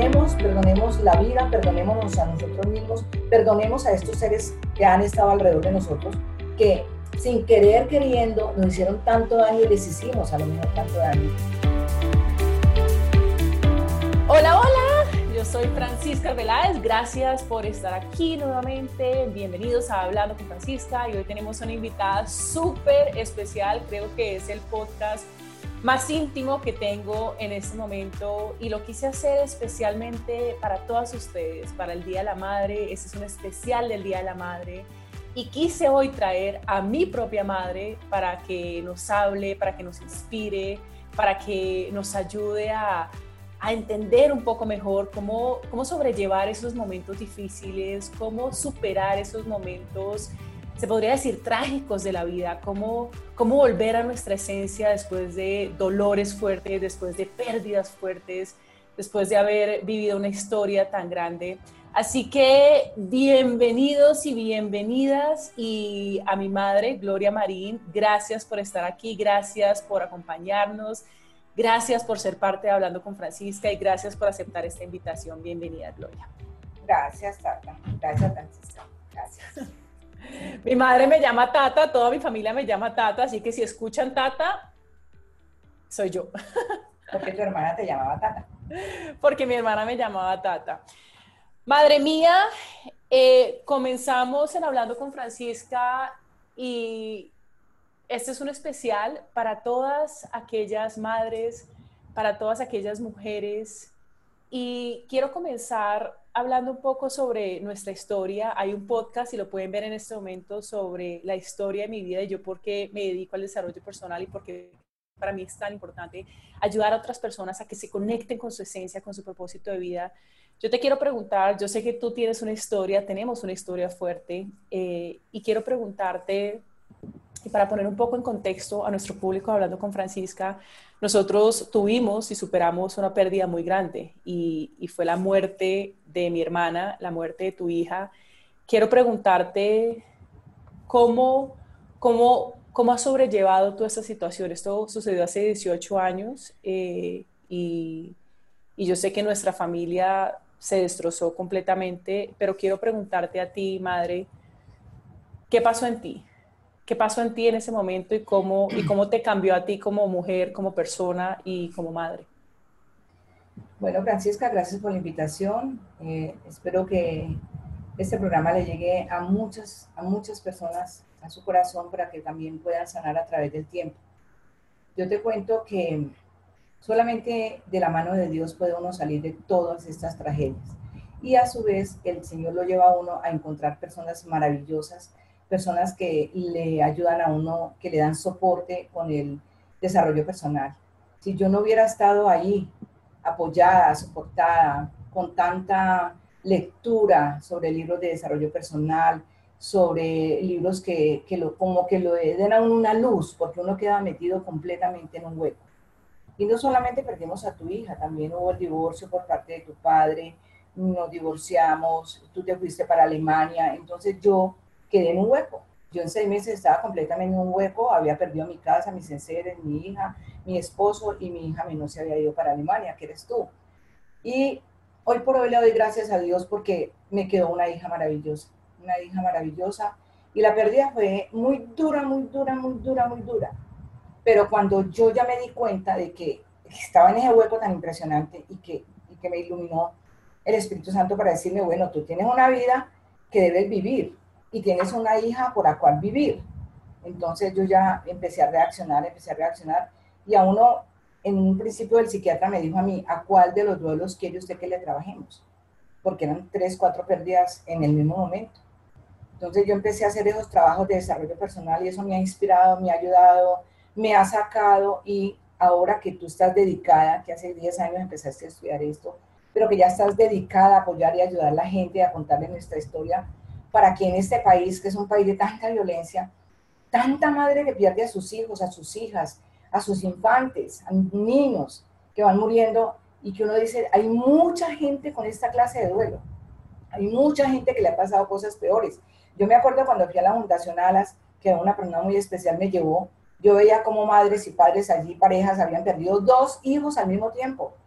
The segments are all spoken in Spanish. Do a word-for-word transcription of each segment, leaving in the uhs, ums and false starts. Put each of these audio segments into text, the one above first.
perdonemos, perdonemos la vida, perdonémonos a nosotros mismos, perdonemos a estos seres que han estado alrededor de nosotros, que sin querer queriendo nos hicieron tanto daño y les hicimos a lo mejor tanto daño. Hola, hola, yo soy Francisca Arbeláez, gracias por estar aquí nuevamente, bienvenidos a Hablando con Francisca y hoy tenemos una invitada súper especial, creo que es el podcast más íntimo que tengo en este momento y lo quise hacer especialmente para todas ustedes, para el Día de la Madre. Este es un especial del Día de la Madre y quise hoy traer a mi propia madre para que nos hable, para que nos inspire, para que nos ayude a, a entender un poco mejor cómo, cómo sobrellevar esos momentos difíciles, cómo superar esos momentos, se podría decir, trágicos de la vida, cómo, cómo volver a nuestra esencia después de dolores fuertes, después de pérdidas fuertes, después de haber vivido una historia tan grande. Así que bienvenidos y bienvenidas y a mi madre, Gloria Marín, gracias por estar aquí, gracias por acompañarnos, gracias por ser parte de Hablando con Francisca y gracias por aceptar esta invitación. Bienvenida, Gloria. Gracias, Tata. Gracias, Francisca. Gracias. Mi madre me llama Tata, toda mi familia me llama Tata, así que si escuchan Tata, soy yo. Porque tu hermana te llamaba Tata. Porque mi hermana me llamaba Tata. Madre mía, eh, comenzamos en Hablando con Francisca y este es un especial para todas aquellas madres, para todas aquellas mujeres. Y quiero comenzar hablando un poco sobre nuestra historia. Hay un podcast, y lo pueden ver en este momento, sobre la historia de mi vida y yo por qué me dedico al desarrollo personal y por qué para mí es tan importante ayudar a otras personas a que se conecten con su esencia, con su propósito de vida. Yo te quiero preguntar, yo sé que tú tienes una historia, tenemos una historia fuerte, eh, y quiero preguntarte, y para poner un poco en contexto a nuestro público Hablando con Francisca, nosotros tuvimos y superamos una pérdida muy grande y, y fue la muerte de mi hermana, la muerte de tu hija. Quiero preguntarte cómo, cómo, cómo has sobrellevado toda esta situación. Esto sucedió hace dieciocho años eh, y, y yo sé que nuestra familia se destrozó completamente, pero quiero preguntarte a ti, madre, ¿qué pasó en ti? ¿Qué pasó en ti en ese momento y cómo, y cómo te cambió a ti como mujer, como persona y como madre? Bueno, Francisca, gracias por la invitación. Eh, espero que este programa le llegue a muchas, a muchas personas, a su corazón, para que también puedan sanar a través del tiempo. Yo te cuento que solamente de la mano de Dios puede uno salir de todas estas tragedias. Y a su vez, el Señor lo lleva a uno a encontrar personas maravillosas, personas que le ayudan a uno, que le dan soporte con el desarrollo personal. Si yo no hubiera estado ahí, apoyada, soportada, con tanta lectura sobre libros de desarrollo personal, sobre libros que, que lo, como que lo den a uno una luz, porque uno queda metido completamente en un hueco. Y no solamente perdimos a tu hija, también hubo el divorcio por parte de tu padre, nos divorciamos, tú te fuiste para Alemania, entonces yo quedé en un hueco. Yo en seis meses estaba completamente en un hueco, había perdido mi casa, mis enseres, mi hija, mi esposo y mi hija menor se había ido para Alemania, que eres tú. Y hoy por hoy le doy gracias a Dios porque me quedó una hija maravillosa, una hija maravillosa. Y la pérdida fue muy dura, muy dura, muy dura, muy dura. Pero cuando yo ya me di cuenta de que estaba en ese hueco tan impresionante y que, y que me iluminó el Espíritu Santo para decirme, bueno, tú tienes una vida que debes vivir y tienes una hija por la cual vivir. Entonces yo ya empecé a reaccionar, empecé a reaccionar y a uno, en un principio el psiquiatra me dijo a mí, ¿a cuál de los duelos quiere usted que le trabajemos? Porque eran tres, cuatro pérdidas en el mismo momento. Entonces yo empecé a hacer esos trabajos de desarrollo personal y eso me ha inspirado, me ha ayudado, me ha sacado. Y ahora que tú estás dedicada, que hace diez años empezaste a estudiar esto, pero que ya estás dedicada a apoyar y ayudar a la gente, a contarle nuestra historia, para que en este país, que es un país de tanta violencia, tanta madre que pierde a sus hijos, a sus hijas, a sus infantes, a niños que van muriendo, y que uno dice, hay mucha gente con esta clase de duelo, hay mucha gente que le ha pasado cosas peores. Yo me acuerdo cuando fui a la Fundación Alas, que una persona muy especial me llevó, yo veía como madres y padres allí, parejas, habían perdido dos hijos al mismo tiempo.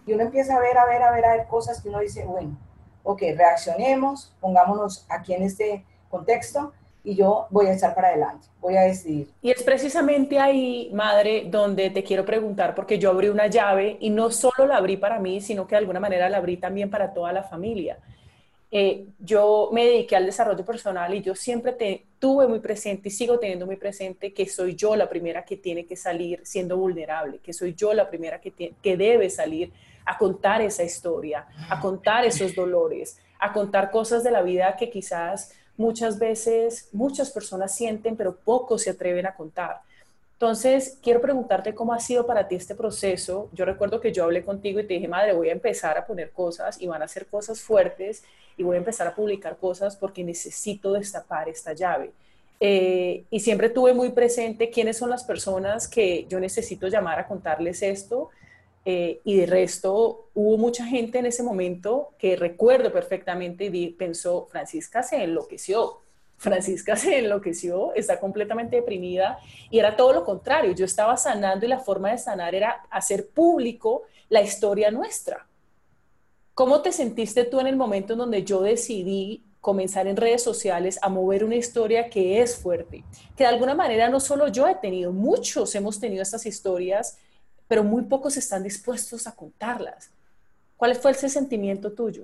Y uno empieza a ver, a ver, a ver, a ver cosas que uno dice, bueno, ok, reaccionemos, pongámonos aquí en este contexto y yo voy a echar para adelante, voy a decidir. Y es precisamente ahí, madre, donde te quiero preguntar, porque yo abrí una llave y no solo la abrí para mí, sino que de alguna manera la abrí también para toda la familia. Eh, yo me dediqué al desarrollo personal y yo siempre te, tuve muy presente y sigo teniendo muy presente que soy yo la primera que tiene que salir siendo vulnerable, que soy yo la primera que, te, que debe salir a contar esa historia, a contar esos dolores, a contar cosas de la vida que quizás muchas veces muchas personas sienten, pero pocos se atreven a contar. Entonces, quiero preguntarte cómo ha sido para ti este proceso. Yo recuerdo que yo hablé contigo y te dije, madre, voy a empezar a poner cosas y van a ser cosas fuertes y voy a empezar a publicar cosas porque necesito destapar esta llave. Eh, y siempre tuve muy presente quiénes son las personas que yo necesito llamar a contarles esto. Eh, y de resto, hubo mucha gente en ese momento que recuerdo perfectamente y di, pensó, Francisca se enloqueció. Francisca se enloqueció, está completamente deprimida y era todo lo contrario. Yo estaba sanando y la forma de sanar era hacer público la historia nuestra. ¿Cómo te sentiste tú en el momento en donde yo decidí comenzar en redes sociales a mover una historia que es fuerte? Que de alguna manera no solo yo he tenido, muchos hemos tenido estas historias, pero muy pocos están dispuestos a contarlas. ¿Cuál fue ese sentimiento tuyo?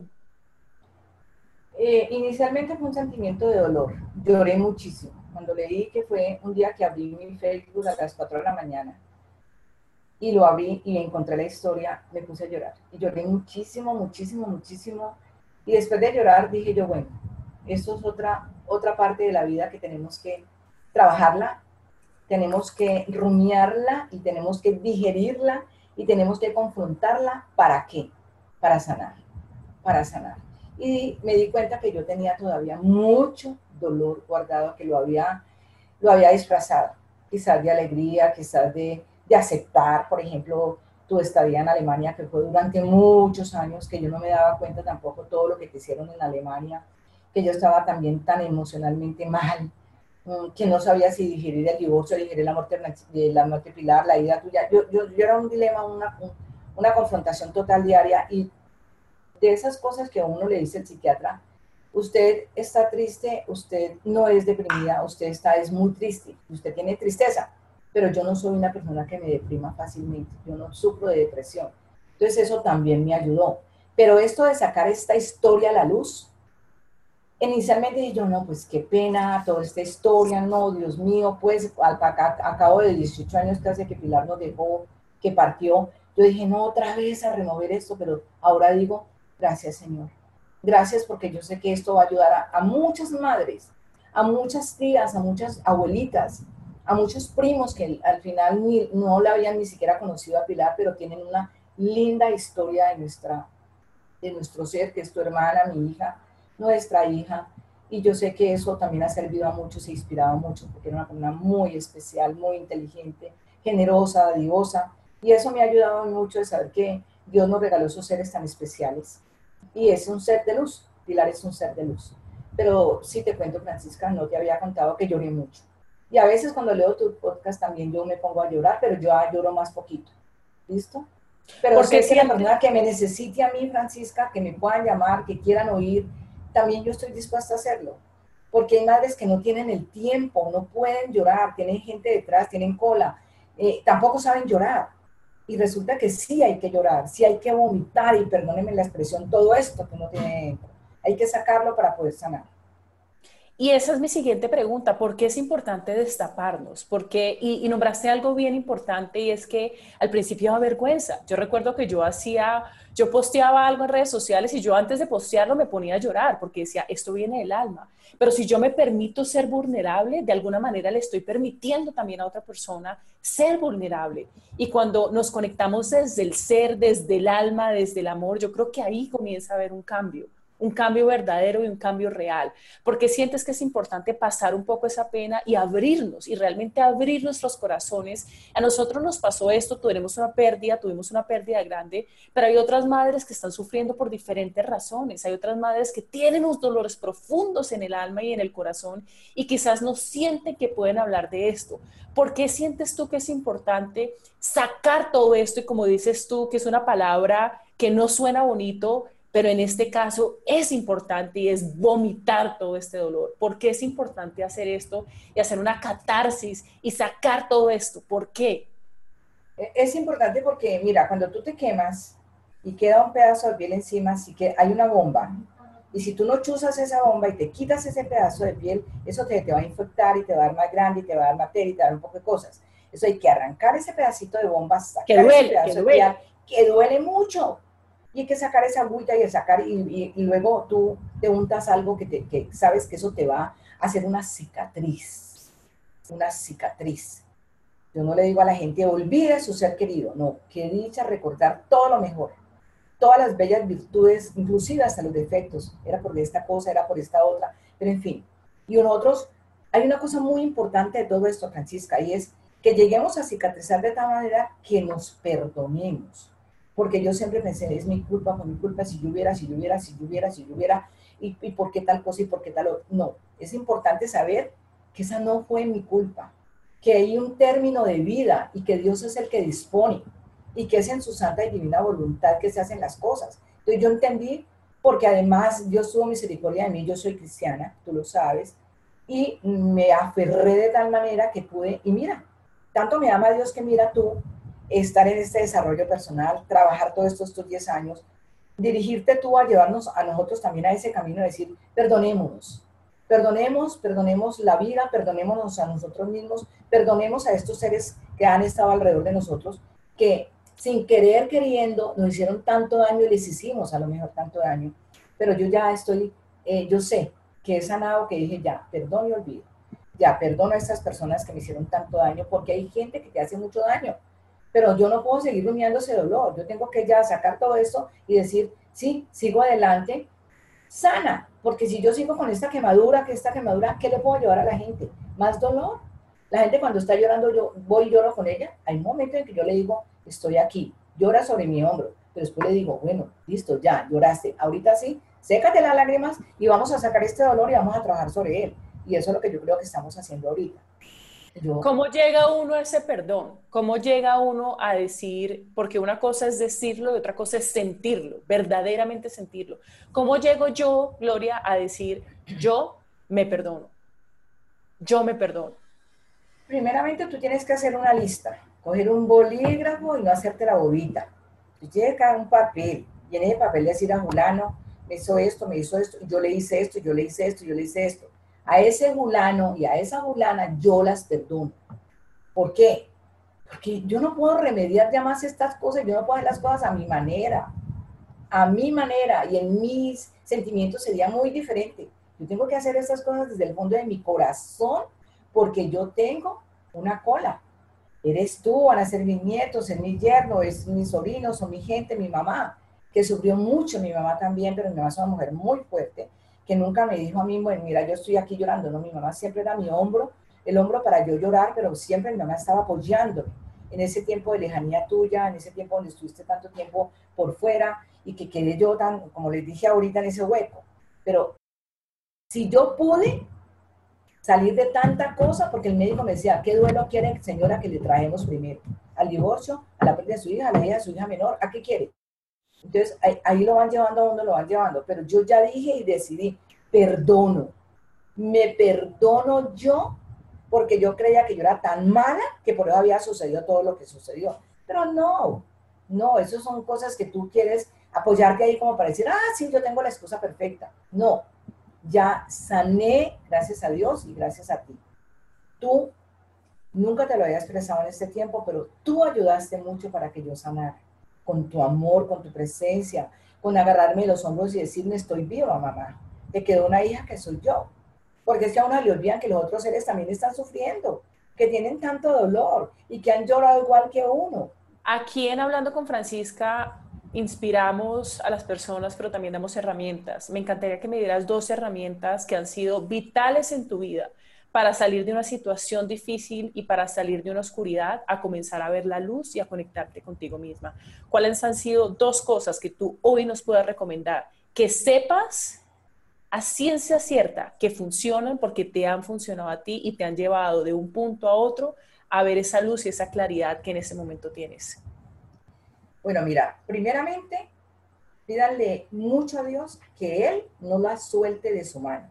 Eh, inicialmente fue un sentimiento de dolor, lloré muchísimo. Cuando leí que fue un día que abrí mi Facebook a las cuatro de la mañana y lo abrí y encontré la historia, me puse a llorar. Y lloré muchísimo, muchísimo, muchísimo. Y después de llorar dije yo, bueno, esto es otra, otra parte de la vida que tenemos que trabajarla, tenemos que rumiarla y tenemos que digerirla y tenemos que confrontarla. ¿Para qué? Para sanar, para sanar. Y me di cuenta que yo tenía todavía mucho dolor guardado, que lo había, lo había disfrazado, quizás de alegría, quizás de, de aceptar, por ejemplo, tu estadía en Alemania, que fue durante muchos años, que yo no me daba cuenta tampoco todo lo que te hicieron en Alemania, que yo estaba también tan emocionalmente mal, que no sabía si digerir el divorcio, digerir la muerte, la muerte pilar, la ida tuya. Yo, yo, yo era un dilema, una, una confrontación total diaria y de esas cosas que a uno le dice el psiquiatra, usted está triste, usted no es deprimida, usted está es muy triste, usted tiene tristeza, pero yo no soy una persona que me deprima fácilmente, yo no sufro de depresión. Entonces eso también me ayudó. Pero esto de sacar esta historia a la luz, inicialmente dije yo, no, pues qué pena, toda esta historia, no, Dios mío, pues al, a, a cabo de dieciocho años casi que Pilar nos dejó, que partió, yo dije, no, otra vez a remover esto, pero ahora digo, gracias, Señor. Gracias porque yo sé que esto va a ayudar a, a muchas madres, a muchas tías, a muchas abuelitas, a muchos primos que al final ni, no la habían ni siquiera conocido a Pilar, pero tienen una linda historia de, nuestra, de nuestro ser, que es tu hermana, mi hija, nuestra hija. Y yo sé que eso también ha servido a muchos e inspirado mucho, porque era una persona muy especial, muy inteligente, generosa, dadivosa. Y eso me ha ayudado mucho de saber que Dios nos regaló esos seres tan especiales. Y es un ser de luz, Pilar es un ser de luz. Pero sí te cuento, Francisca, no te había contado que lloré mucho. Y a veces cuando leo tu podcast también yo me pongo a llorar, pero yo lloro más poquito. ¿Listo? Pero Porque sé que la siempre... persona que me necesite a mí, Francisca, que me puedan llamar, que quieran oír, también yo estoy dispuesta a hacerlo. Porque hay madres que no tienen el tiempo, no pueden llorar, tienen gente detrás, tienen cola, eh, tampoco saben llorar. Y resulta que sí hay que llorar, sí hay que vomitar, y perdónenme la expresión, todo esto que uno tiene dentro. Hay que sacarlo para poder sanar. Y esa es mi siguiente pregunta, ¿por qué es importante destaparnos? Porque, y, y nombraste algo bien importante y es que al principio da vergüenza. Yo recuerdo que yo hacía, yo posteaba algo en redes sociales y yo antes de postearlo me ponía a llorar porque decía, esto viene del alma. Pero si yo me permito ser vulnerable, de alguna manera le estoy permitiendo también a otra persona ser vulnerable. Y cuando nos conectamos desde el ser, desde el alma, desde el amor, yo creo que ahí comienza a haber un cambio. un cambio verdadero y un cambio real. ¿Por qué sientes que es importante pasar un poco esa pena y abrirnos y realmente abrir nuestros corazones? A nosotros nos pasó esto, tuvimos una pérdida, tuvimos una pérdida grande, pero hay otras madres que están sufriendo por diferentes razones. Hay otras madres que tienen unos dolores profundos en el alma y en el corazón y quizás no sienten que pueden hablar de esto. ¿Por qué sientes tú que es importante sacar todo esto? Y como dices tú, que es una palabra que no suena bonito, pero en este caso es importante y es vomitar todo este dolor. ¿Por qué es importante hacer esto y hacer una catarsis y sacar todo esto? ¿Por qué? Es importante porque, mira, cuando tú te quemas y queda un pedazo de piel encima, así que hay una bomba. Y si tú no chuzas esa bomba y te quitas ese pedazo de piel, eso te, te va a infectar y te va a dar más grande y te va a dar materia y te va a dar un poco de cosas. Eso hay que arrancar ese pedacito de bomba, sacar que duele, ese pedazo que de duele. piel, que duele mucho. Y hay que sacar esa agüita y sacar, y, y, y luego tú te untas algo que, te, que sabes que eso te va a hacer una cicatriz. Una cicatriz. Yo no le digo a la gente, olvide su ser querido. No, que dicha recordar todo lo mejor. Todas las bellas virtudes, inclusive hasta los defectos. Era por esta cosa, era por esta otra. Pero en fin. Y nosotros, hay una cosa muy importante de todo esto, Francisca, y es que lleguemos a cicatrizar de tal manera que nos perdonemos. Porque yo siempre pensé, es mi culpa, fue mi culpa, si yo hubiera, si yo hubiera, si yo hubiera, si yo hubiera, y, y por qué tal cosa y por qué tal otra. No, es importante saber que esa no fue mi culpa, que hay un término de vida y que Dios es el que dispone y que es en su santa y divina voluntad que se hacen las cosas. Entonces yo entendí, porque además Dios tuvo misericordia de mí, yo soy cristiana, tú lo sabes, y me aferré de tal manera que pude, y mira, tanto me ama Dios que mira tú, estar en este desarrollo personal, trabajar todos estos, estos diez años, dirigirte tú a llevarnos a nosotros también a ese camino de decir, perdonémonos, perdonemos, perdonemos la vida, perdonémonos a nosotros mismos, perdonemos a estos seres que han estado alrededor de nosotros, que sin querer queriendo nos hicieron tanto daño y les hicimos a lo mejor tanto daño, pero yo ya estoy, eh, yo sé que he sanado, que dije ya, perdón y olvido, ya, perdono a estas personas que me hicieron tanto daño, porque hay gente que te hace mucho daño, pero yo no puedo seguir rumiando ese dolor, yo tengo que ya sacar todo esto y decir, sí, sigo adelante, sana, porque si yo sigo con esta quemadura, que esta quemadura, ¿qué le puedo llevar a la gente? ¿Más dolor? La gente cuando está llorando, yo voy y lloro con ella, hay un momento en que yo le digo, estoy aquí, llora sobre mi hombro, pero después le digo, bueno, listo, ya, lloraste, ahorita sí, sécate las lágrimas y vamos a sacar este dolor y vamos a trabajar sobre él, y eso es lo que yo creo que estamos haciendo ahorita. Yo, ¿Cómo llega uno a ese perdón? ¿Cómo llega uno a decir, porque una cosa es decirlo y otra cosa es sentirlo, verdaderamente sentirlo? ¿Cómo llego yo, Gloria, a decir, yo me perdono? Yo me perdono. primeramente tú tienes que hacer una lista, coger un bolígrafo y no hacerte la bobita. Tú tienes que dar un papel, y en ese papel decir a fulano, me hizo esto, me hizo esto, yo le hice esto, yo le hice esto, yo le hice esto. A ese fulano y a esa fulana yo las perdono. ¿Por qué? Porque yo no puedo remediar ya más estas cosas, yo no puedo hacer las cosas a mi manera, a mi manera, y en mis sentimientos sería muy diferente. Yo tengo que hacer estas cosas desde el fondo de mi corazón, porque yo tengo una cola. Eres tú, van a ser mis nietos, es mi yerno, es mis sobrinos, son mi gente, mi mamá, que sufrió mucho, mi mamá también, pero mi mamá es una mujer muy fuerte, que nunca me dijo a mí, bueno, mira, yo estoy aquí llorando, no, mi mamá siempre era mi hombro, el hombro para yo llorar, pero siempre mi mamá estaba apoyándome en ese tiempo de lejanía tuya, en ese tiempo donde estuviste tanto tiempo por fuera y que quedé yo tan, como les dije ahorita, en ese hueco. Pero si yo pude salir de tanta cosa, porque el médico me decía, ¿qué duelo quiere, señora, que le trajemos primero? ¿Al divorcio? ¿A la pérdida de su hija? ¿A la vida de su hija menor? ¿A qué quiere? Entonces, ahí, ahí lo van llevando a uno, lo van llevando. Pero yo ya dije y decidí, perdono. Me perdono yo, porque yo creía que yo era tan mala que por eso había sucedido todo lo que sucedió. Pero no, no, eso son cosas que tú quieres apoyarte ahí como para decir, ah, sí, yo tengo la excusa perfecta. No, ya sané, gracias a Dios y gracias a ti. Tú nunca te lo había expresado en este tiempo, pero tú ayudaste mucho para que yo sanara, con tu amor, con tu presencia, con agarrarme de los hombros y decirme, estoy viva, mamá. Te quedó una hija que soy yo. Porque es que a uno le olvidan que los otros seres también están sufriendo, que tienen tanto dolor y que han llorado igual que uno. Aquí en Hablando con Francisca, inspiramos a las personas, pero también damos herramientas. Me encantaría que me dieras dos herramientas que han sido vitales en tu vida para salir de una situación difícil y para salir de una oscuridad a comenzar a ver la luz y a conectarte contigo misma. ¿Cuáles han sido dos cosas que tú hoy nos puedas recomendar? Que sepas a ciencia cierta que funcionan porque te han funcionado a ti y te han llevado de un punto a otro a ver esa luz y esa claridad que en ese momento tienes. Bueno, mira, primeramente, pídanle mucho a Dios que Él no la suelte de su mano,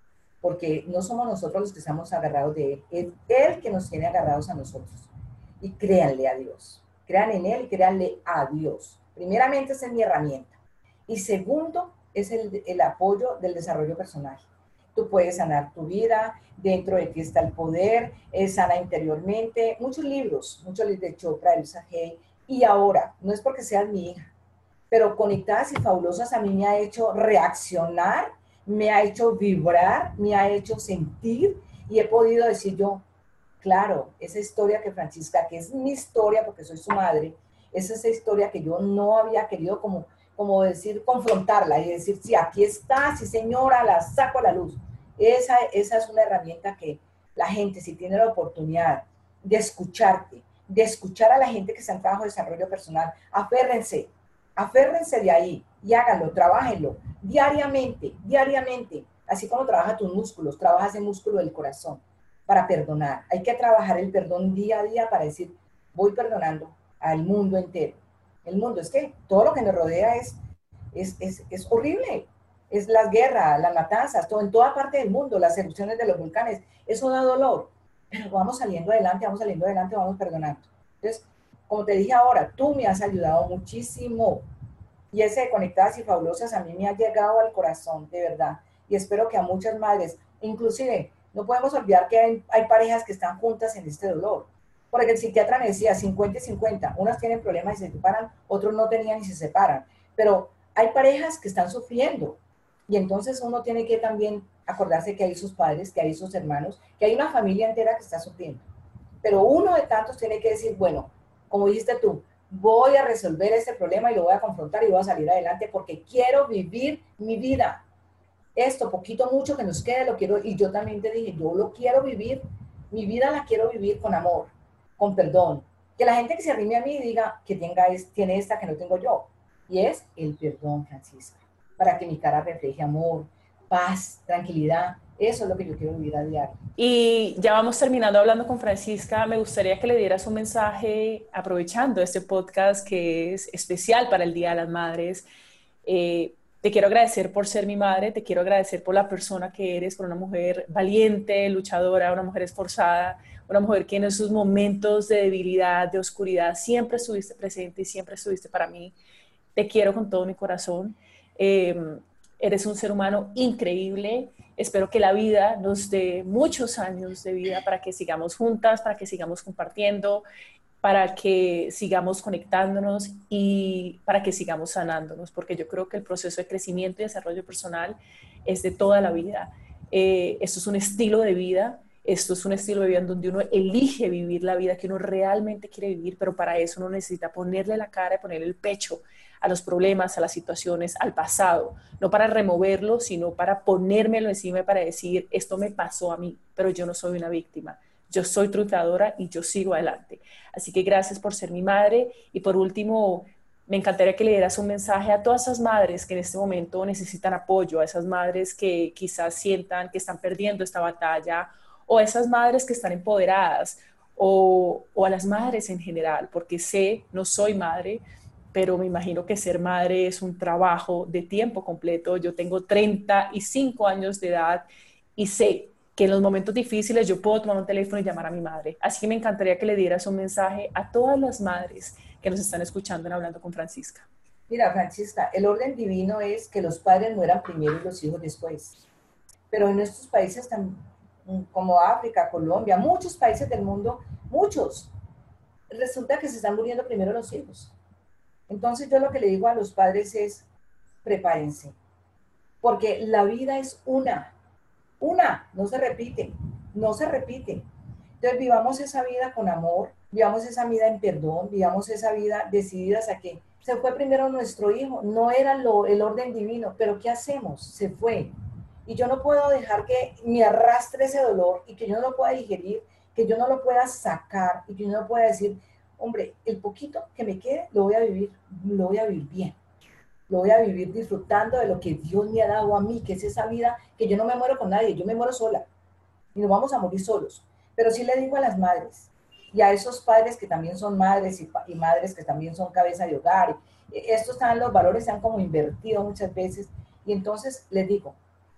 porque no somos nosotros los que estamos agarrados de Él, es Él que nos tiene agarrados a nosotros. Y créanle a Dios, crean en Él y créanle a Dios. Primeramente, esa es mi herramienta. Y segundo, es el, el apoyo del desarrollo personal. Tú puedes sanar tu vida, dentro de ti está el poder, es sana interiormente. Muchos libros, muchos libros de Chopra, Elsa Hay. Y ahora, no es porque seas mi hija, pero Conectadas y Fabulosas a mí me ha hecho reaccionar, me ha hecho vibrar, me ha hecho sentir y he podido decir yo, claro, esa historia que Francisca, que es mi historia porque soy su madre, es esa historia que yo no había querido como, como decir, confrontarla y decir, sí, aquí está, sí señora, la saco a la luz. Esa, esa es una herramienta que la gente, si tiene la oportunidad de escucharte, de escuchar a la gente que está en trabajo de desarrollo personal, aférrense, aférrense de ahí y háganlo, trabájenlo diariamente, diariamente, así como trabaja tus músculos, trabaja ese músculo del corazón para perdonar. Hay que trabajar el perdón día a día para decir, voy perdonando al mundo entero. El mundo, es que todo lo que nos rodea es, es, es, es horrible. Es las guerras, las matanzas, todo en toda parte del mundo, las erupciones de los volcanes, eso da dolor. Pero vamos saliendo adelante, vamos saliendo adelante, vamos perdonando. Entonces, como te dije ahora, tú me has ayudado muchísimo. Y ese de Conectadas y Fabulosas a mí me ha llegado al corazón, de verdad. Y espero que a muchas madres, inclusive, no podemos olvidar que hay, hay parejas que están juntas en este dolor. Porque el psiquiatra me decía cincuenta y cincuenta. Unas tienen problemas y se separan, otros no tenían y se separan. Pero hay parejas que están sufriendo. Y entonces uno tiene que también acordarse que hay sus padres, que hay sus hermanos, que hay una familia entera que está sufriendo. Pero uno de tantos tiene que decir, bueno, como dijiste tú, voy a resolver este problema y lo voy a confrontar y voy a salir adelante porque quiero vivir mi vida. Esto, poquito, mucho que nos quede, lo quiero, y yo también te dije, yo lo quiero vivir, mi vida la quiero vivir con amor, con perdón. Que la gente que se arrime a mí diga que tenga es, tiene esta que no tengo yo. Y es el perdón, Francisca, para que mi cara refleje amor, paz, tranquilidad. Eso es lo que yo quiero vivir a diario. Y ya vamos terminando hablando con Francisca. Me gustaría que le dieras un mensaje aprovechando este podcast que es especial para el Día de las Madres. Eh, te quiero agradecer por ser mi madre, te quiero agradecer por la persona que eres, por una mujer valiente, luchadora, una mujer esforzada, una mujer que en sus momentos de debilidad, de oscuridad, siempre estuviste presente y siempre estuviste para mí. Te quiero con todo mi corazón. Eh, eres un ser humano increíble. Espero que la vida nos dé muchos años de vida para que sigamos juntas, para que sigamos compartiendo, para que sigamos conectándonos y para que sigamos sanándonos, porque yo creo que el proceso de crecimiento y desarrollo personal es de toda la vida. Eh, esto es un estilo de vida, esto es un estilo de vida en donde uno elige vivir la vida que uno realmente quiere vivir, pero para eso uno necesita ponerle la cara y ponerle el pecho a los problemas, a las situaciones, al pasado, no para removerlo, sino para ponérmelo encima para decir, esto me pasó a mí, pero yo no soy una víctima, yo soy triunfadora y yo sigo adelante. Así que gracias por ser mi madre y por último, me encantaría que le dieras un mensaje a todas esas madres que en este momento necesitan apoyo, a esas madres que quizás sientan que están perdiendo esta batalla o a esas madres que están empoderadas o, o a las madres en general, porque sé, no soy madre, pero me imagino que ser madre es un trabajo de tiempo completo. Yo tengo treinta y cinco años de edad y sé que en los momentos difíciles yo puedo tomar un teléfono y llamar a mi madre. Así que me encantaría que le dieras un mensaje a todas las madres que nos están escuchando en Hablando con Francisca. Mira, Francisca, el orden divino es que los padres mueran primero y los hijos después. Pero en estos países tan, como África, Colombia, muchos países del mundo, muchos, resulta que se están muriendo primero los hijos. Entonces yo lo que le digo a los padres es, prepárense, porque la vida es una, una, no se repite, no se repite. Entonces vivamos esa vida con amor, vivamos esa vida en perdón, vivamos esa vida decididas a que se fue primero nuestro hijo, no era lo, el orden divino, pero ¿qué hacemos? Se fue. Y yo no puedo dejar que me arrastre ese dolor y que yo no lo pueda digerir, que yo no lo pueda sacar y que yo no pueda decir, hombre, el poquito que me quede lo voy a vivir, lo voy a vivir bien. Lo voy a vivir disfrutando de lo que Dios me ha dado a mí, que es esa vida que yo no me muero con nadie, yo me muero sola y nos vamos a morir solos. Pero sí le digo a las madres y a esos padres que también son madres y, y madres que también son cabeza de hogar, estos están, los valores se han como invertido muchas veces y entonces les digo,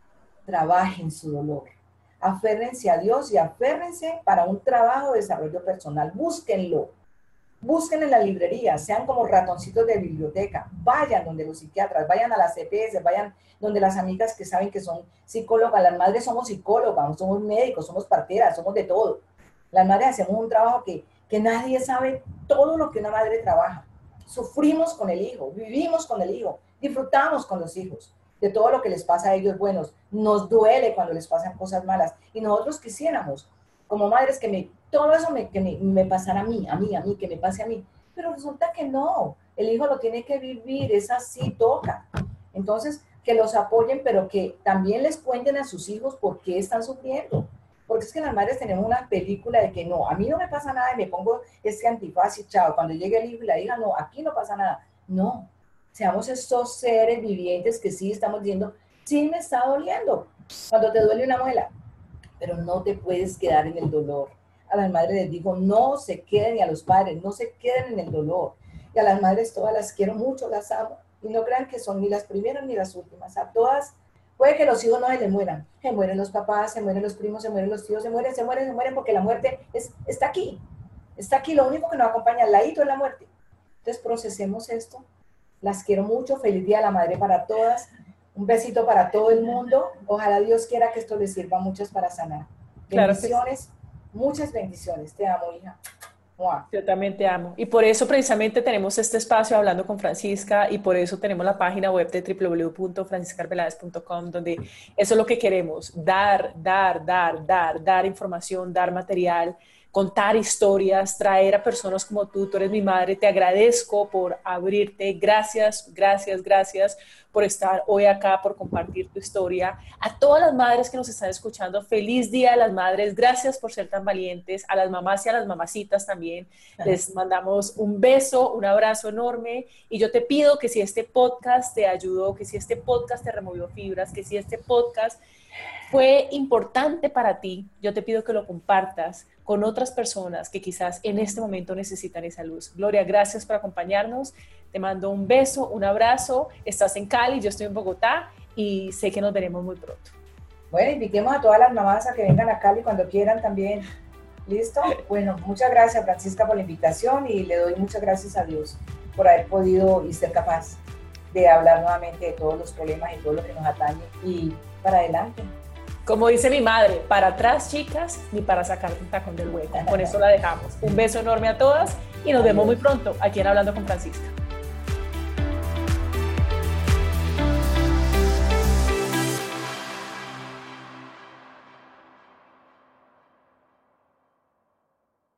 trabajen su dolor, aférrense a Dios y aférrense para un trabajo de desarrollo personal, búsquenlo. Busquen en la librería, sean como ratoncitos de biblioteca, vayan donde los psiquiatras, vayan a las C P S, vayan donde las amigas que saben que son psicólogas, las madres somos psicólogas, somos médicos, somos parteras, somos de todo. Las madres hacemos un trabajo que, que nadie sabe todo lo que una madre trabaja. Sufrimos con el hijo, vivimos con el hijo, disfrutamos con los hijos, de todo lo que les pasa a ellos buenos, nos duele cuando les pasan cosas malas y nosotros quisiéramos como madres que me, todo eso me, que me, me pasara a mí, a mí, a mí, que me pase a mí. Pero resulta que no, el hijo lo tiene que vivir, es así, toca. Entonces, que los apoyen, pero que también les cuenten a sus hijos por qué están sufriendo. Porque es que las madres tenemos una película de que no, a mí no me pasa nada y me pongo este antifaz y chao. Cuando llegue el hijo y la hija, no, aquí no pasa nada. No, seamos estos seres vivientes que sí estamos diciendo, sí me está doliendo. Cuando te duele una muela, pero no te puedes quedar en el dolor. A las madres les digo, no se queden, y a los padres, no se queden en el dolor. Y a las madres todas las quiero mucho, las amo. Y no crean que son ni las primeras ni las últimas. A todas, puede que los hijos no se les mueran. Se mueren los papás, se mueren los primos, se mueren los tíos, se mueren, se mueren, se mueren, porque la muerte es, está aquí. Está aquí, lo único que nos acompaña al ladito es la muerte. Entonces procesemos esto. Las quiero mucho, feliz Día de la Madre para todas. Un besito para todo el mundo. Ojalá Dios quiera que esto les sirva a muchos para sanar. Bendiciones, claro, muchas bendiciones. Te amo, hija. Mua. Yo también te amo. Y por eso precisamente tenemos este espacio Hablando con Francisca y por eso tenemos la página web de doble u doble u doble u punto francisca arbeláez punto com, donde eso es lo que queremos, dar, dar, dar, dar, dar información, dar material, contar historias, traer a personas como tú. Tú eres mi madre, te agradezco por abrirte, gracias, gracias, gracias por estar hoy acá, por compartir tu historia. A todas las madres que nos están escuchando, feliz Día de las Madres, gracias por ser tan valientes, a las mamás y a las mamacitas también, les mandamos un beso, un abrazo enorme, y yo te pido que si este podcast te ayudó, que si este podcast te removió fibras, que si este podcast fue importante para ti, yo te pido que lo compartas con otras personas que quizás en este momento necesitan esa luz. Gloria, gracias por acompañarnos. Te mando un beso, un abrazo. Estás en Cali, yo estoy en Bogotá y sé que nos veremos muy pronto. Bueno, invitemos a todas las mamás a que vengan a Cali cuando quieran también. ¿Listo? Bueno, muchas gracias, Francisca, por la invitación y le doy muchas gracias a Dios por haber podido y ser capaz de hablar nuevamente de todos los problemas y todo lo que nos atañe y para adelante. Como dice mi madre, para atrás, chicas, ni para sacar un tacón del hueco. Con eso la dejamos. Un beso enorme a todas y nos vemos muy pronto aquí en Hablando con Francisca.